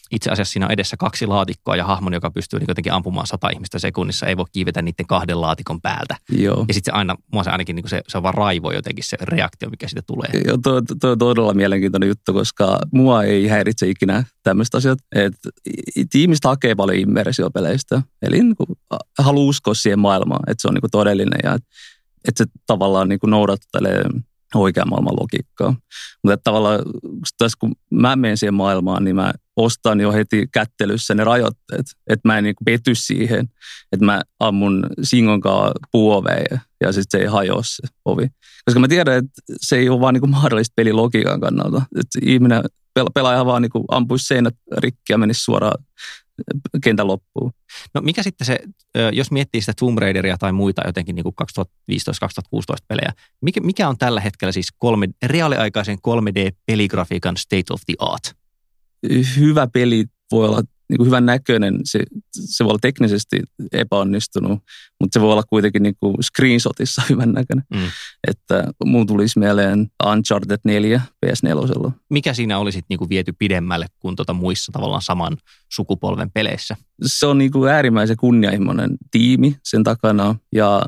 S2: itse asiassa siinä on edessä kaksi laatikkoa ja hahmon, joka pystyy niin jotenkin ampumaan sata ihmistä sekunnissa, ei voi kiivetä niiden kahden laatikon päältä.
S1: Joo.
S2: Ja sitten se aina, mua se ainakin niin se, se on vaan raivo jotenkin se reaktio, mikä siitä tulee.
S1: Joo, tuo on todella mielenkiintoinen juttu, koska mua ei häiritse ikinä tämmöistä asiat. Että ihmiset hakee paljon immersiopeleistä, eli niin kuin haluaa uskoa siihen maailmaan, että se on niin kuin todellinen ja että se tavallaan niin kuin noudattelee oikean maailman logiikkaa. Mutta tavallaan tässä kun mä menen siihen maailmaan, niin mä ostan jo heti kättelyssä ne rajoitteet. Että mä en niin kuin pety siihen, että mä ammun singonkaan puoveen ja sitten se ei hajoa se ovi. Koska mä tiedän, että se ei ole vaan niin kuin mahdollista pelilogiikan kannalta. Että ihminen pelaaja vaan niin kuin ampuisi seinät rikki ja menisi suoraan kentän loppuun.
S2: No mikä sitten se, jos miettii sitä Tomb Raideria tai muita jotenkin niin kuin kaksituhattaviisitoista kaksituhattakuusitoista pelejä, mikä, mikä on tällä hetkellä siis kolme, reaaliaikaisen kolme D-peligrafiikan state of the art?
S1: Hyvä peli voi olla niin kuin hyvän näköinen, se, se voi olla teknisesti epäonnistunut, mutta se voi olla kuitenkin niin kuin screenshotissa hyvän näköinen. Mm. Että mun tulisi mieleen Uncharted neljä P S neljä.
S2: Mikä siinä olisi niin kuin viety pidemmälle kuin tuota muissa tavallaan saman sukupolven peleissä?
S1: Se on niin kuin äärimmäisen kunnianhimoinen tiimi sen takana ja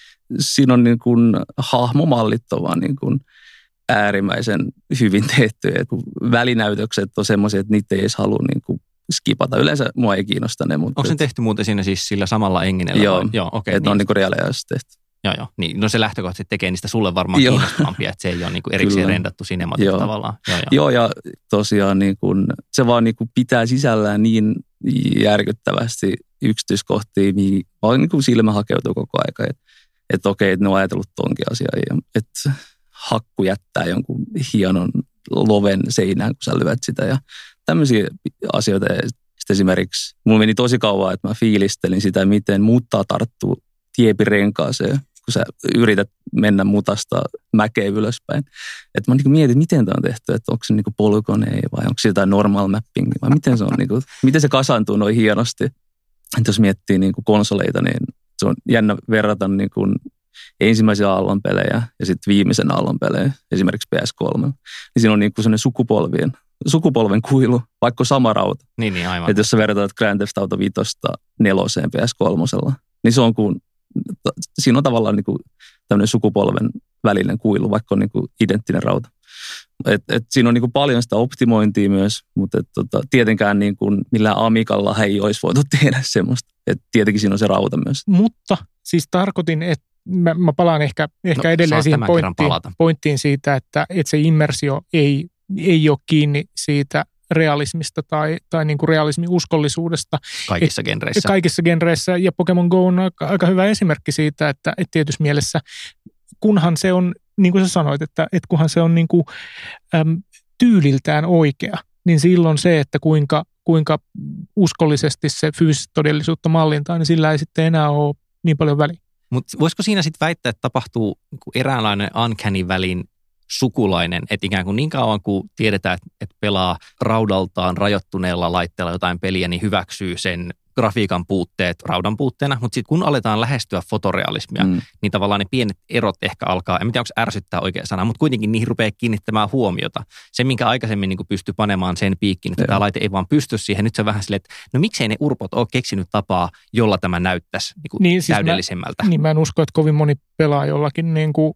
S1: siinä on niin kuin hahmomallit on vaan niin kuin äärimmäisen hyvin tehty. Välinäytökset on semmoisia, että niitä ei edes halua niin kuin skipata. Yleensä mua ei kiinnosta ne. Mutta
S2: onko se tehty muuten siinä siis sillä samalla enginellä?
S1: Joo,
S2: joo okay,
S1: että
S2: niin.
S1: on niin kuin reaaliajassa tehty.
S2: Joo, joo. Niin, no se lähtökohtaisesti tekee niistä sulle varmaan joo. kiinnostavampia, että se ei ole niin kuin erikseen Kyllä. rendattu sinematic tavallaan. Joo, joo.
S1: joo, ja tosiaan niin kuin, se vaan niin kuin pitää sisällään niin järkyttävästi yksityiskohtia, mihin vaan niin kuin silmä hakeutuu koko aika. Että et okei, että ne on ajatellut tonkin asiaa. Että hakku jättää jonkun hienon loven seinään, kun sä lyöt sitä ja tämmöisiä asioita. Sitten esimerkiksi mulla meni tosi kauan, että mä fiilistelin sitä, miten muuttaa tarttuu tiepirenkaaseen, kun sä yrität mennä mutasta mäkeä ylöspäin. Että mä niin mietin, miten tämä on tehty, että onko se niin polygone vai onko se jotain normal mapping vai miten se on, niin kuin, miten se kasaantuu noin hienosti. Että jos miettii niin kuin konsoleita, niin se on jännä verrata niin kuin ensimmäisen aallon pelejä ja sitten viimeisen aallon pelejä, esimerkiksi P S kolme. Niin siinä on niin kuin sellainen sukupolvien, sukupolven kuilu, vaikka sama rauta.
S2: Niin, niin aivan.
S1: Että jos sä verrataan Grand Theft Auto viitosta neloseen P S kolme, niin se on kuin, siinä on tavallaan niin kuin tämmöinen sukupolven välinen kuilu, vaikka on niin kuin identtinen rauta. Et, et siinä on niin kuin paljon sitä optimointia myös, mutta et, tota, tietenkään niin kuin millään Amicalla he ei olisi voitu tehdä semmoista. Et tietenkin siinä on se rauta myös.
S3: Mutta siis tarkoitin, että mä, mä palaan ehkä, ehkä no, edelleen siihen pointtiin, pointtiin siitä, että, että se immersio ei, ei ole kiinni siitä realismista tai, tai niin kuin realismin uskollisuudesta.
S2: Kaikissa genreissä.
S3: Kaikissa genreissä, ja Pokemon Go on aika, aika hyvä esimerkki siitä, että, että tietyssä mielessä, kunhan se on, niin kuin sä sanoit, että, että kunhan se on niin kuin, äm, tyyliltään oikea, niin silloin se, että kuinka, kuinka uskollisesti se fyysistä todellisuutta mallintaa, niin sillä ei sitten enää ole niin paljon väliä.
S2: Mutta voisiko siinä sitten väittää, että tapahtuu eräänlainen uncanny välin sukulainen, että ikään kuin niin kauan kuin tiedetään, että pelaa raudaltaan rajoittuneella laitteella jotain peliä, niin hyväksyy sen grafiikan puutteet raudan puutteena, mutta sitten kun aletaan lähestyä fotorealismia, mm. niin tavallaan ne pienet erot ehkä alkaa, en tiedä onko ärsyttää oikea sana, mutta kuitenkin niihin rupeaa kiinnittämään huomiota. Se, minkä aikaisemmin niin pystyy panemaan sen piikkiin, että tämä laite ei vaan pysty siihen, nyt se on vähän silleen, että no miksei ne urpot ole keksinyt tapaa, jolla tämä näyttäisi niin kuin niin, täydellisemmältä.
S3: Siis mä, niin mä en usko, että kovin moni pelaa jollakin niin kuin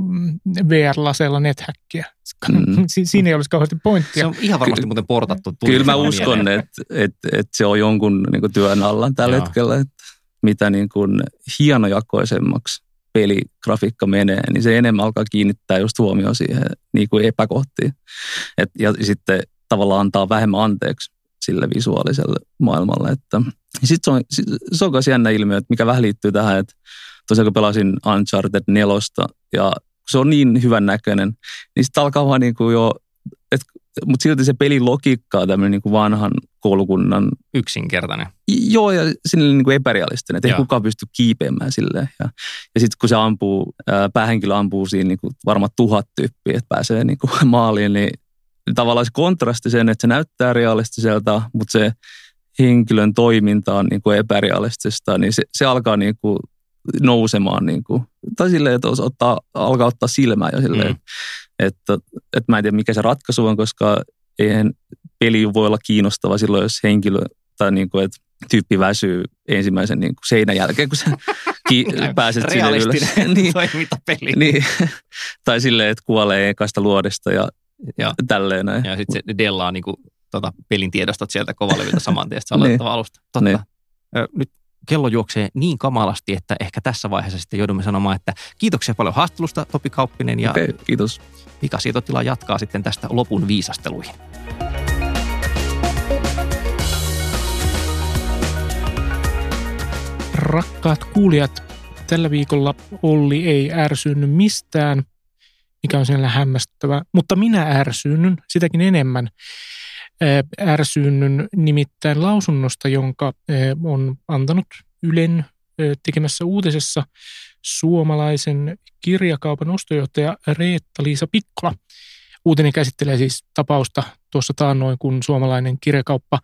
S3: V R-laseella nethäkkiä. Mm. Si- siinä ei olisi kauheasti pointtia.
S2: Se on ihan varmasti Ky- muuten portattu.
S1: Kyllä mä uskon, että et, et se on jonkun niin kuin työn alla tällä Joo. hetkellä, että mitä niin kuin hienojakoisemmaksi peligrafiikka menee, niin se enemmän alkaa kiinnittää just huomioon siihen niin kuin epäkohtiin. Et, ja sitten tavallaan antaa vähemmän anteeksi sille visuaaliselle maailmalle. Sitten se on, se on myös jännä ilmiö, että mikä vähän liittyy tähän, että tosiaan kun pelasin Uncharted nelosta ja se on niin hyvän näköinen, niin sitten alkaa vaan niin kuin jo, et, mutta silti se pelin logiikka on tämmöinen niin kuin vanhan koulukunnan.
S2: Yksinkertainen.
S1: Joo, ja sinne niin kuin epärealistinen, että ei kukaan pysty kiipeämään silleen. Ja, ja sitten kun se ampuu, ää, päähenkilö ampuu siinä niin kuin varmaan tuhat tyyppiä, että pääsee niin kuin maaliin, niin tavallaan se kontrasti sen, että se näyttää realistiselta, mutta se henkilön toiminta on niin kuin epärealistista, niin se, se alkaa niin kuin nousemaan, niin kuin, tai silleen, että ottaa, alkaa ottaa silmää jo silleen, mm. että, että, että mä en tiedä mikä se ratkaisu on, koska eihän P peli voi olla kiinnostava silloin, jos henkilö tai niin kuin, että tyyppi väsyy ensimmäisen niin kuin seinän jälkeen, kun sä ki- pääset sinne ylös.
S2: Realistinen
S1: niin,
S2: toimintapeli.
S1: niin. Tai silleen, että kuolee ekasta luodesta ja, ja tälleen näin.
S2: Ja sitten se dellaa niin kuin, tota, pelin tiedostot sieltä kovaleviltä saman tien, että se aloitettava alusta. Totta.
S1: Niin.
S2: Nyt kello juoksee niin kamalasti, että ehkä tässä vaiheessa sitten joudumme sanomaan, että kiitoksia paljon haastattelusta, Topi Kauppinen. Ja
S1: Okei, kiitos.
S2: Mika Sietotila jatkaa sitten tästä lopun viisasteluihin.
S3: Rakkaat kuulijat, tällä viikolla Olli ei ärsyynny mistään, mikä on siellä hämmästyttävää, mutta minä ärsynnyn sitäkin enemmän. Ärsynnyn nimittäin lausunnosta, jonka on antanut Ylen tekemässä uutisessa suomalaisen kirjakaupan ostojohtaja Reetta-Liisa Pikkola. Uutinen käsittelee siis tapausta tuossa taannoin, kun suomalainen kirjakauppa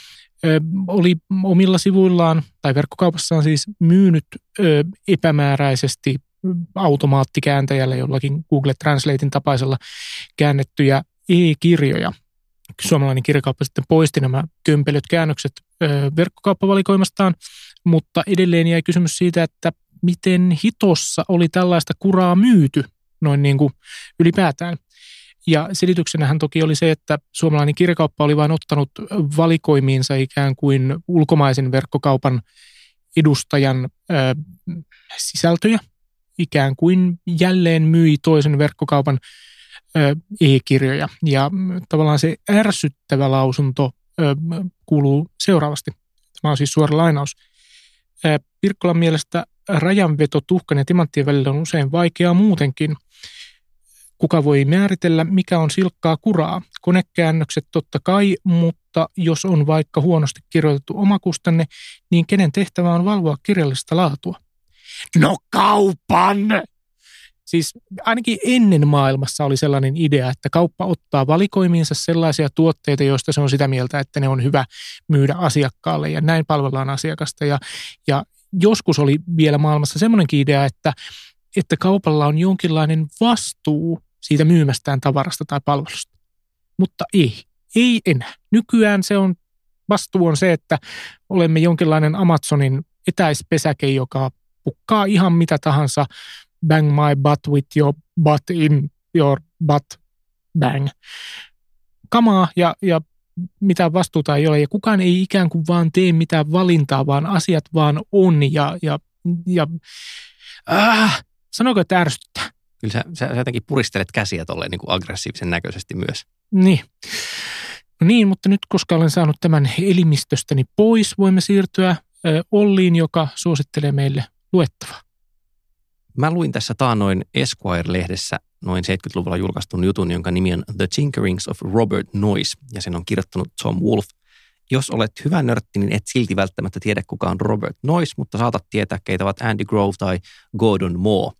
S3: oli omilla sivuillaan tai verkkokaupassaan siis myynyt epämääräisesti automaattikääntäjällä jollakin Google Translatein tapaisella käännettyjä e-kirjoja. Suomalainen kirjakauppa sitten poisti nämä kömpelöt käännökset verkkokauppavalikoimastaan, mutta edelleen jäi kysymys siitä, että miten hitossa oli tällaista kuraa myyty noin niin kuin ylipäätään. Ja selityksenähän toki oli se, että suomalainen kirjakauppa oli vain ottanut valikoimiinsa ikään kuin ulkomaisen verkkokaupan edustajan ö, sisältöjä, ikään kuin jälleen myi toisen verkkokaupan ö, e-kirjoja. Ja tavallaan se ärsyttävä lausunto ö, kuuluu seuraavasti. Tämä on siis suora lainaus. Ö, Pirkkolan mielestä rajanveto tuhkan ja timanttien välillä on usein vaikeaa muutenkin. Kuka voi määritellä, mikä on silkkaa kuraa? Konekäännökset totta kai, mutta jos on vaikka huonosti kirjoitettu omakustanne, niin kenen tehtävä on valvoa kirjallista laatua? No kaupan! Siis ainakin ennen maailmassa oli sellainen idea, että kauppa ottaa valikoimiinsa sellaisia tuotteita, joista se on sitä mieltä, että ne on hyvä myydä asiakkaalle ja näin palvellaan asiakasta. Ja, ja joskus oli vielä maailmassa semmoinenkin idea, että, että kaupalla on jonkinlainen vastuu siitä myymästään tavarasta tai palvelusta. Mutta ei, ei enää. Nykyään se on, vastuu on se, että olemme jonkinlainen Amazonin etäispesäke, joka pukkaa ihan mitä tahansa. Bang my butt with your butt in your butt bang. Kamaa ja, ja mitään vastuuta ei ole. Ja kukaan ei ikään kuin vaan tee mitään valintaa, vaan asiat vaan on. Ja, ja, ja äh, sanoiko, että ärsyttää?
S2: Kyllä sä, sä jotenkin puristelet käsiä tolleen niin kuin aggressiivisen näköisesti myös.
S3: Niin. No niin, mutta nyt koska olen saanut tämän elimistöstäni pois, voimme siirtyä ö, Olliin, joka suosittelee meille luettavaa.
S2: Mä luin tässä taannoin Esquire-lehdessä noin seitsemänkymmentäluvulla julkaistun jutun, jonka nimi on The Tinkerings of Robert Noyce, ja sen on kirjoittanut Tom Wolfe. Jos olet hyvä nörtti, niin et silti välttämättä tiedä, kuka on Robert Noyce, mutta saatat tietää, keitä ovat Andy Grove tai Gordon Moore.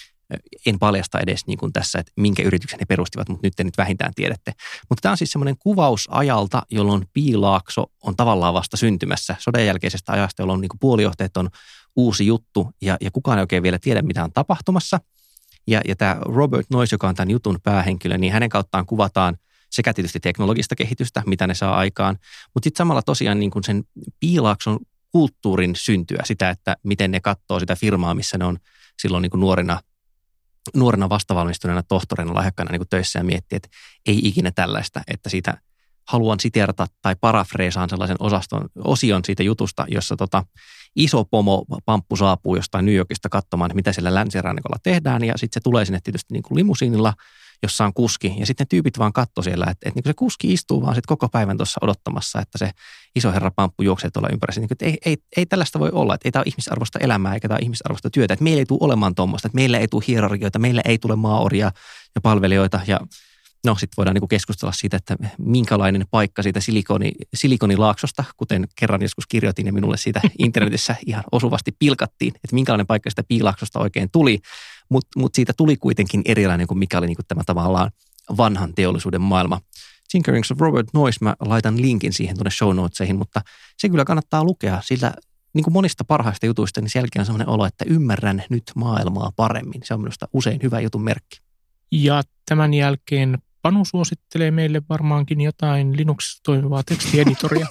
S2: En paljasta edes niin kuin tässä, että minkä yrityksen he perustivat, mutta nyt te nyt vähintään tiedätte. Mutta tämä on siis semmoinen kuvaus ajalta, jolloin Piilaakso on tavallaan vasta syntymässä. Sodan jälkeisestä ajasta, jolloin niin kuin puolijohteet on uusi juttu ja, ja kukaan ei oikein vielä tiedä, mitä on tapahtumassa. Ja, ja tämä Robert Noyce, joka on tämän jutun päähenkilö, niin hänen kauttaan kuvataan sekä tietysti teknologista kehitystä, mitä ne saa aikaan, mutta sitten samalla tosiaan niin kuin sen Piilaakson kulttuurin syntyä, sitä, että miten ne katsoo sitä firmaa, missä ne on silloin niin kuin nuorina nuorena vastavalmistuneena tohtorina lahjakkaana niin kuin töissä ja miettii, että ei ikinä tällaista, että siitä haluan siteerata tai parafreesaan sellaisen osaston, osion siitä jutusta, jossa tota, iso pomo pamppu saapuu jostain New Yorkista katsomaan, mitä siellä länsirannikolla tehdään ja sitten se tulee sinne tietysti niin kuin limusiinilla, jossa on kuski ja sitten ne tyypit vaan katsoo siellä, että, että niin kuin se kuski istuu vaan sitten koko päivän tuossa odottamassa, että se iso herra pamppu juoksee tuolla ympärissä. Niin kuin, että ei, ei, ei tällaista voi olla, että ei tämä ole ihmisarvoista elämää eikä tämä ole ihmisarvoista työtä, että meillä ei tule olemaan tuommoista, että meillä ei tule hierarkioita, meillä ei tule maaoria ja palvelijoita ja no sitten voidaan niin kuin keskustella siitä, että minkälainen paikka siitä silikoni, silikonilaaksosta, kuten kerran joskus kirjoitin ja minulle siitä internetissä ihan osuvasti pilkattiin, että minkälainen paikka sitä piilaaksosta oikein tuli, mutta mut siitä tuli kuitenkin erilainen kuin mikä oli niin kuin tämä tavallaan vanhan teollisuuden maailma. Tinkerings of Robert Noyce, mä laitan linkin siihen tuonne show notesihin, mutta se kyllä kannattaa lukea, sillä niin kuin monista parhaista jutuista, niin sielläkin on sellainen olo, että ymmärrän nyt maailmaa paremmin. Se on minusta usein hyvä jutun merkki.
S3: Ja tämän jälkeen Panu suosittelee meille varmaankin jotain Linuxissa toimivaa tekstieditoria.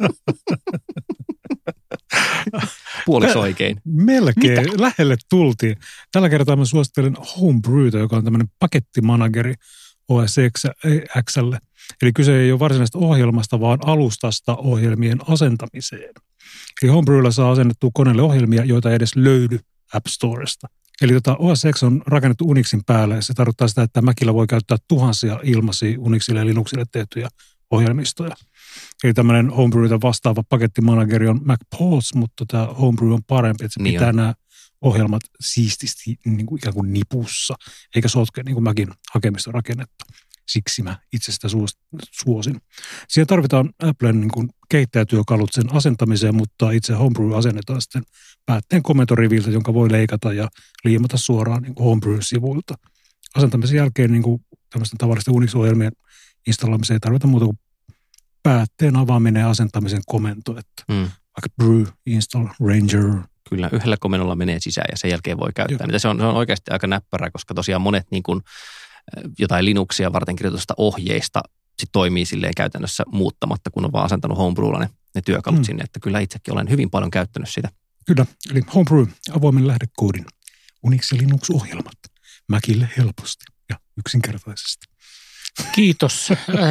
S2: Puoliksi oikein.
S4: Melkein.
S3: Mitä?
S4: Lähelle tultiin. Tällä kertaa mä suosittelen Homebrewta, joka on tämmöinen pakettimanageri O S X:lle. Eli kyse ei ole varsinaisesta ohjelmasta, vaan alustasta ohjelmien asentamiseen. Eli Homebrewlla saa asennettua koneelle ohjelmia, joita ei edes löydy App Storesta. Eli tota O S X on rakennettu Unixin päälle, ja se tarkoittaa sitä, että Macilla voi käyttää tuhansia ilmaisia Unixille ja Linuxille tehtyjä ohjelmistoja. Eli tämmöinen Homebrewta vastaava pakettimanageri on MacPaws, mutta tämä Homebrew on parempi, että se niin pitää on. Nämä ohjelmat siististi niin kuin ikään kuin nipussa, eikä sotke niin kuin Macin hakemisrakennetta. Siksi mä itse sitä suosin. Siihen tarvitaan Applen niin kuin kehittäjätyökalut sen asentamiseen, mutta itse Homebrew asennetaan sitten päätteen komentoriviltä, jonka voi leikata ja liimata suoraan niin kuin Homebrew-sivuilta. Asentamisen jälkeen niin kuin tämmöisten tavallisten Unix-ohjelmien installaamiseen ei tarvita muuta kuin päätteen avaaminen ja asentamisen komento, että mm. vaikka brew, install, ranger.
S2: Kyllä, yhdellä komennolla menee sisään ja sen jälkeen voi käyttää niitä. Se on, se on oikeasti aika näppärä, koska tosiaan monet niin kuin jotain Linuxia varten kirjoitusta ohjeista sit toimii silleen käytännössä muuttamatta, kun on vaan asentanut Homebrewlla ne, ne työkalut mm. sinne, että kyllä itsekin olen hyvin paljon käyttänyt sitä.
S4: Kyllä, eli Homebrew, avoimen lähdekoodin, Unix- ja Linux-ohjelmat, Macille helposti ja yksinkertaisesti.
S3: Kiitos.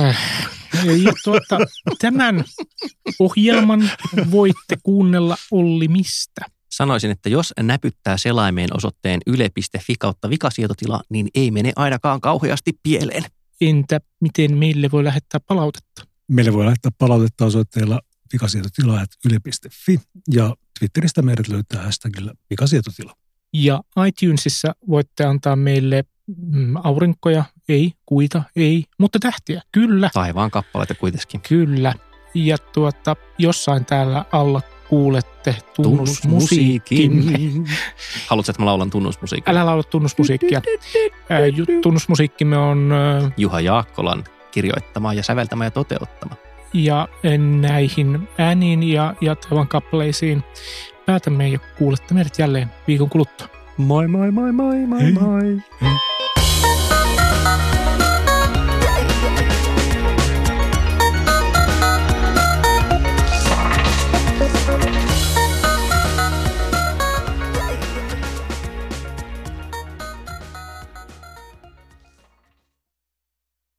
S3: Ja tuota, tämän ohjelman voitte kuunnella Olli mistä?
S2: Sanoisin, että jos näpyttää selaimeen osoitteen yle piste fi kautta vikasietotila, niin ei mene ainakaan kauheasti pieleen.
S3: Entä miten meille voi lähettää palautetta?
S4: Meille voi lähettää palautetta osoitteella vikasietotila at yle piste fi ja Twitteristä meidät löytää hashtagillä vikasietotila.
S3: Ja iTunesissa voitte antaa meille mm, aurinkoja, ei, kuita, ei, mutta tähtiä, kyllä.
S2: Taivaan kappaleita kuitenkin.
S3: Kyllä. Ja tuota, jossain täällä alla kuulette tunnusmusiikin.
S2: Haluatko, että mä laulan tunnusmusiikkia?
S3: Älä laula tunnusmusiikkia. Tunnusmusiikkimme on
S2: Juha Jaakkolan kirjoittama ja säveltämä ja toteuttama.
S3: Ja näihin ääniin ja, ja tavan kappaleisiin päätämme ja kuulette meidät jälleen viikon kuluttua.
S2: Moi moi moi moi moi moi.
S4: Hei. Hei.